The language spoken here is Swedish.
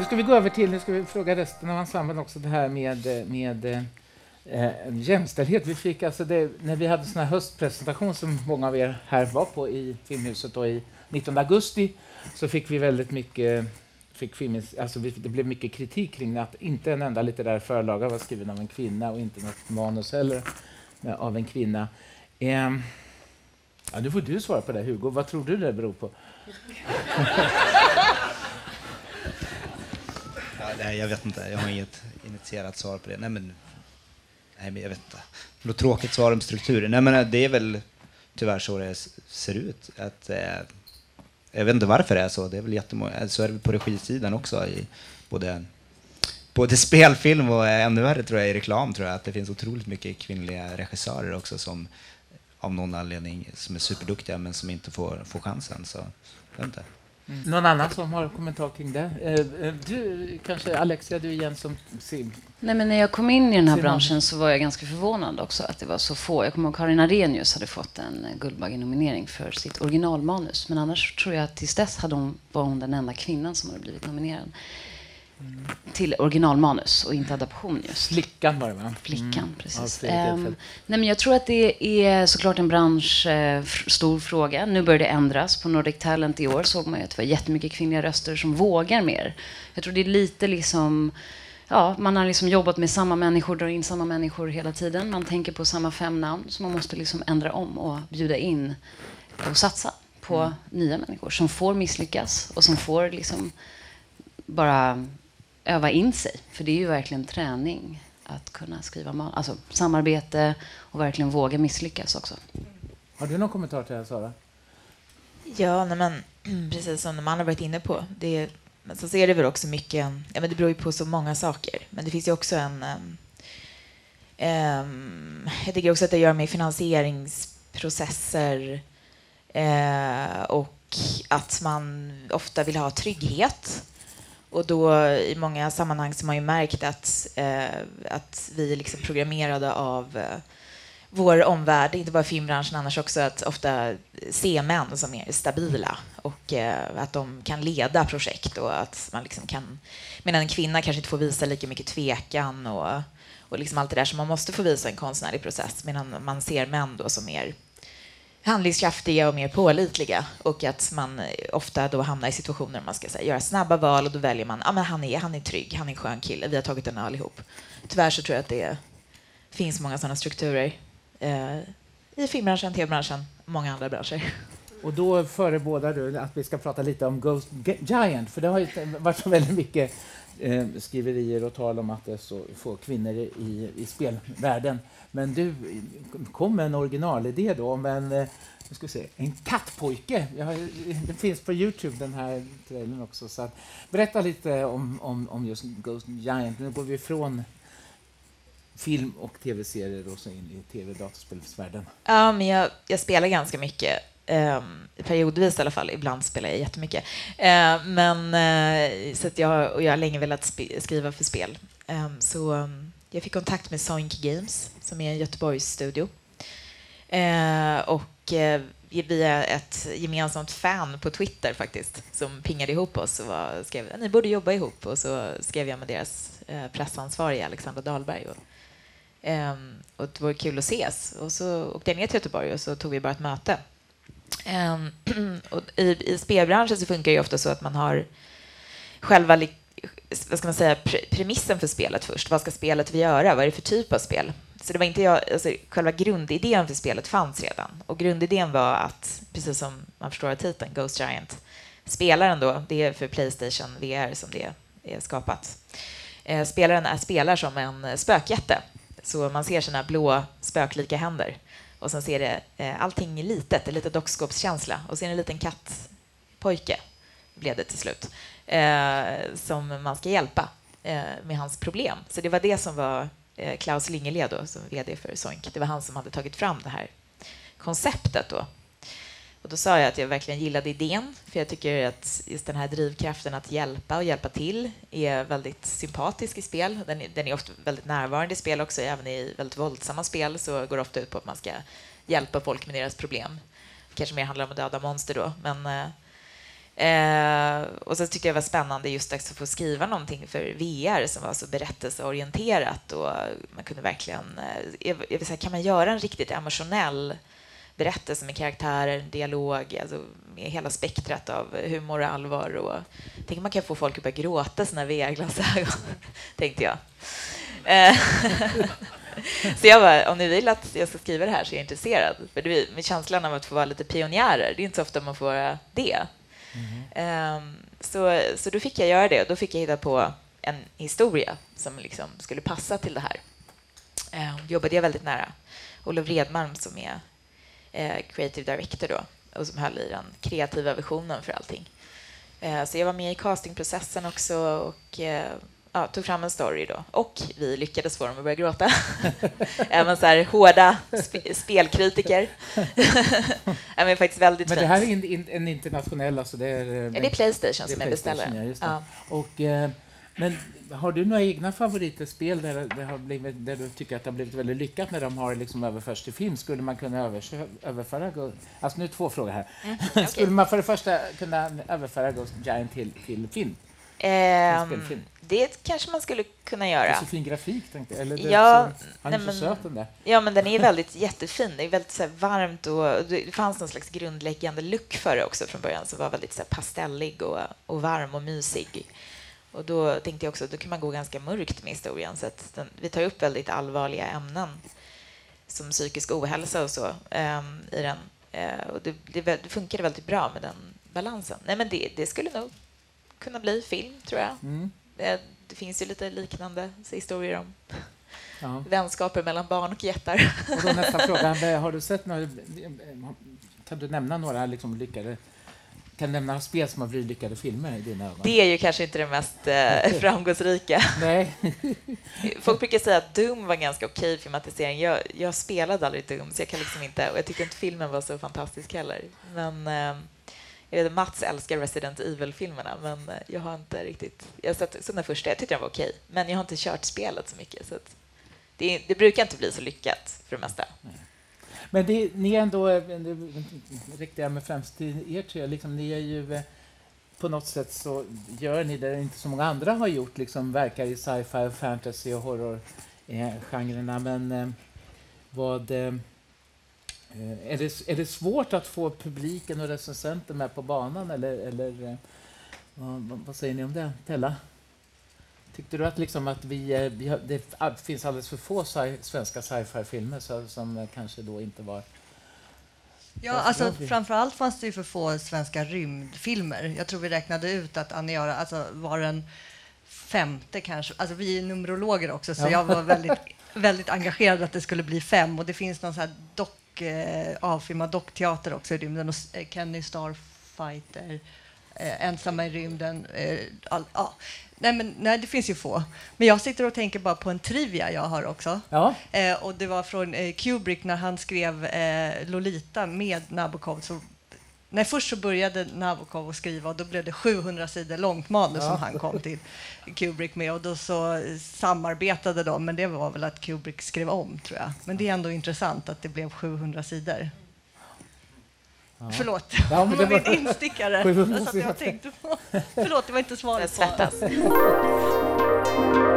Nu ska vi gå över till, nu ska vi fråga resten av ensemblen också, det här med jämställdhet. Vi fick alltså det, när vi hade sån här höstpresentation som många av er här var på i Filmhuset då i 19 augusti, så fick vi väldigt mycket, det blev mycket kritik kring att inte en enda litterär förlaga var skriven av en kvinna och inte något manus heller av en kvinna. Nu får du svara på det, Hugo. Vad tror du det beror på? Nej, jag vet inte. Jag har inget initierat svar på det. Nej, men jag vet inte. Något tråkigt svar om strukturen. Nej, men det är väl tyvärr så det ser ut. Att, jag vet inte varför det är så. Det är väl jättemånga. Så är det på regisidan också. I både spelfilm och ännu värre tror jag i reklam. Tror jag att det finns otroligt mycket kvinnliga regissörer också som av någon anledning som är superduktiga men som inte får chansen. Så jag vet inte. Någon annan som har kommentar kring det? Du, kanske Alexia, du igen som sim. Nej, men när jag kom in i den här branschen så var jag ganska förvånad också att det var så få. Jag kommer ihåg Karin Arrhenius hade fått en Guldbagge-nominering för sitt originalmanus. Men annars tror jag att tills dess var hon den enda kvinnan som hade blivit nominerad till originalmanus och inte adaption just. Flickan var det, va? Flickan, precis. Ja, nej, men jag tror att det är såklart en stor fråga. Nu börjar det ändras. På Nordic Talent i år såg man ju att det var jättemycket kvinnliga röster som vågar mer. Jag tror det är lite liksom... Ja, man har liksom jobbat med samma människor, drar in samma människor hela tiden. Man tänker på samma 5 namn, så man måste liksom ändra om och bjuda in och satsa på nya människor som får misslyckas och som får liksom bara öva in sig. För det är ju verkligen träning att kunna skriva alltså samarbete och verkligen våga misslyckas också. Har du någon kommentar till det här, Sara? Ja, men precis som man har varit inne på. Men så ser det väl också mycket... Ja, men det beror ju på så många saker. Men det finns ju också jag tycker också att det gör med finansieringsprocesser och att man ofta vill ha trygghet. Och då i många sammanhang så har man ju märkt att vi är liksom programmerade av vår omvärld, inte bara filmbranschen annars också, att ofta se män som är stabila och att de kan leda projekt och att man liksom kan, medan en kvinna kanske inte får visa lika mycket tvekan och liksom allt det där som man måste få visa i en konstnärlig process, medan man ser män då som mer handlingskraftiga och mer pålitliga och att man ofta då hamnar i situationer där man ska göra snabba val och då väljer man, men han är trygg, han är en skön kille, vi har tagit en öl ihop. Tyvärr så tror jag att det finns många sådana strukturer i filmbranschen, tv-branschen och många andra branscher. Och då förebådar du att vi ska prata lite om Ghost Giant, för det har ju varit så väldigt mycket skriverier och tal om att det är så få kvinnor i spelvärlden. Men du kom med en originalidé då om en kattpojke. Det finns på YouTube den här trailern också. Så att, berätta lite om just Ghost Giant. Nu går vi ifrån film och tv-serier och så in i tv- och dataspelsvärlden. Ja, men jag spelar ganska mycket. Periodvis i alla fall. Ibland spelar jag jättemycket. Så att jag har länge velat skriva för spel. Så jag fick kontakt med Zoink Games som är en Göteborgs studio. Och via ett gemensamt fan på Twitter faktiskt som pingade ihop oss och skrev ni borde jobba ihop, och så skrev jag med deras pressansvarige Alexandra Dahlberg och det var kul att ses, och så åkte jag ner till Göteborg och så tog vi bara ett möte. Och i spelbranschen så funkar det ju ofta så att man har själva premissen för spelet först. Vad ska spelet vi göra? Vad är det för typ av spel? Så det var inte själva grundidén för spelet fanns redan. Och grundidén var att, precis som man förstår av titeln, Ghost Giant, spelaren då, det är för PlayStation VR som det är skapat. Spelaren spelar som en spökjätte. Så man ser sina blå spöklika händer. Och sen ser det allting litet, en liten dockskåpskänsla. Och sen en liten kattpojke blev det till slut. Som man ska hjälpa med hans problem. Så det var det som var Klaus Lingeled då, som vd för Zoink. Det var han som hade tagit fram det här konceptet då. Och då sa jag att jag verkligen gillade idén, för jag tycker att just den här drivkraften att hjälpa och hjälpa till är väldigt sympatisk i spel. Den är ofta väldigt närvarande i spel också, även i väldigt våldsamma spel så går det ofta ut på att man ska hjälpa folk med deras problem. Det kanske mer handlar om att döda monster då, men Och så tyckte jag det var spännande just att få skriva någonting för VR som var så berättelseorienterat och man kunde verkligen... jag vill säga, kan man göra en riktigt emotionell berättelse med karaktärer, dialog, alltså med hela spektrat av humor och allvar. Och tänk om man kan få folk att börja gråta sina VR-glasögon, tänkte jag. Så jag bara, om ni vill att jag ska skriva det här så är jag intresserad. För det är med känslan av att få vara lite pionjärer. Det är inte så ofta man får vara det. Så då fick jag göra det och då fick jag hitta på en historia som liksom skulle passa till det här. Jobbade jag väldigt nära Olof Redmalm som är creative director då och som höll i den kreativa visionen för allting. Så jag var med i castingprocessen också och tog fram en story då. Och vi lyckades få dem att börja gråta. Även så här hårda spelkritiker. Men faktiskt väldigt men fint. det här är en internationell... Alltså det är PlayStation som är beställare. Ja. Och, men har du några egna favoritspel där du tycker att det har blivit väldigt lyckat när de har liksom överförts till film? Skulle man kunna överföra... Alltså nu är 2 frågor här. Okay. Skulle man för det första kunna överföra Ghost Giant till film? Det kanske man skulle kunna göra. Det är så fin grafik, tänkte jag. Eller han är så söt den där. Ja, men den är väldigt jättefin. Det är väldigt så här, varmt och det fanns någon slags grundläggande look för det också från början som var väldigt så här, pastellig och varm och mysig. Och då tänkte jag också att då kan man gå ganska mörkt med historien. Så att vi tar upp väldigt allvarliga ämnen som psykisk ohälsa och så i den. Och det funkade väldigt bra med den balansen. Nej, men det skulle nog kunna bli film, tror jag. Det finns ju lite liknande historier om vänskaper mellan barn och jättar. Och då nästa fråga, har du sett några... Kan du nämna några liksom lyckade... Kan du nämna spel som har blivit lyckade filmer i dina ögon? Det är ju kanske inte det mest framgångsrika. Nej. Folk brukar säga att Doom var ganska okej filmatisering. Jag spelade aldrig Doom, så jag kan liksom inte... Och jag tyckte inte filmen var så fantastisk heller. Men... jag vet, Mats älskar Resident Evil-filmerna, men jag har inte riktigt... Jag har sett den första, jag tyckte den var okej. Men jag har inte kört spelet så mycket. Så att det brukar inte bli så lyckat för det mesta. Men ni är ändå... Riktigt jag med främst till er tre. Liksom, ni är ju... På något sätt så gör ni det inte så många andra har gjort. Liksom, verkar i sci-fi, fantasy och horror-genrerna. Men vad... Är det svårt att få publiken och recensenter med på banan eller vad säger ni om det, Tella? Tyckte du att liksom att det finns alldeles för få svenska sci-fi-filmer som kanske då inte var... Ja, alltså framförallt fanns det ju för få svenska rymdfilmer. Jag tror vi räknade ut att Aniara var den 5:e kanske. Alltså vi är numerologer också, så jag var väldigt engagerad att det skulle bli 5. Och det finns någon så här avfilmad dockteater också i rymden och Kenny Starfighter, Ensamma i rymden. Nej, det finns ju få. Men jag sitter och tänker bara på en trivia jag har också. Ja. Och det var från Kubrick när han skrev Lolita med Nabokov. Först så började Nabokov att skriva och då blev det 700 sidor långt manus som han kom till Kubrick med. Och då så samarbetade de, men det var väl att Kubrick skrev om, tror jag. Men det är ändå intressant att det blev 700 sidor. Ja. Förlåt, ja, men det var min instickare. Jag tänkte på. Förlåt, det var inte svaret på. Jag svettas.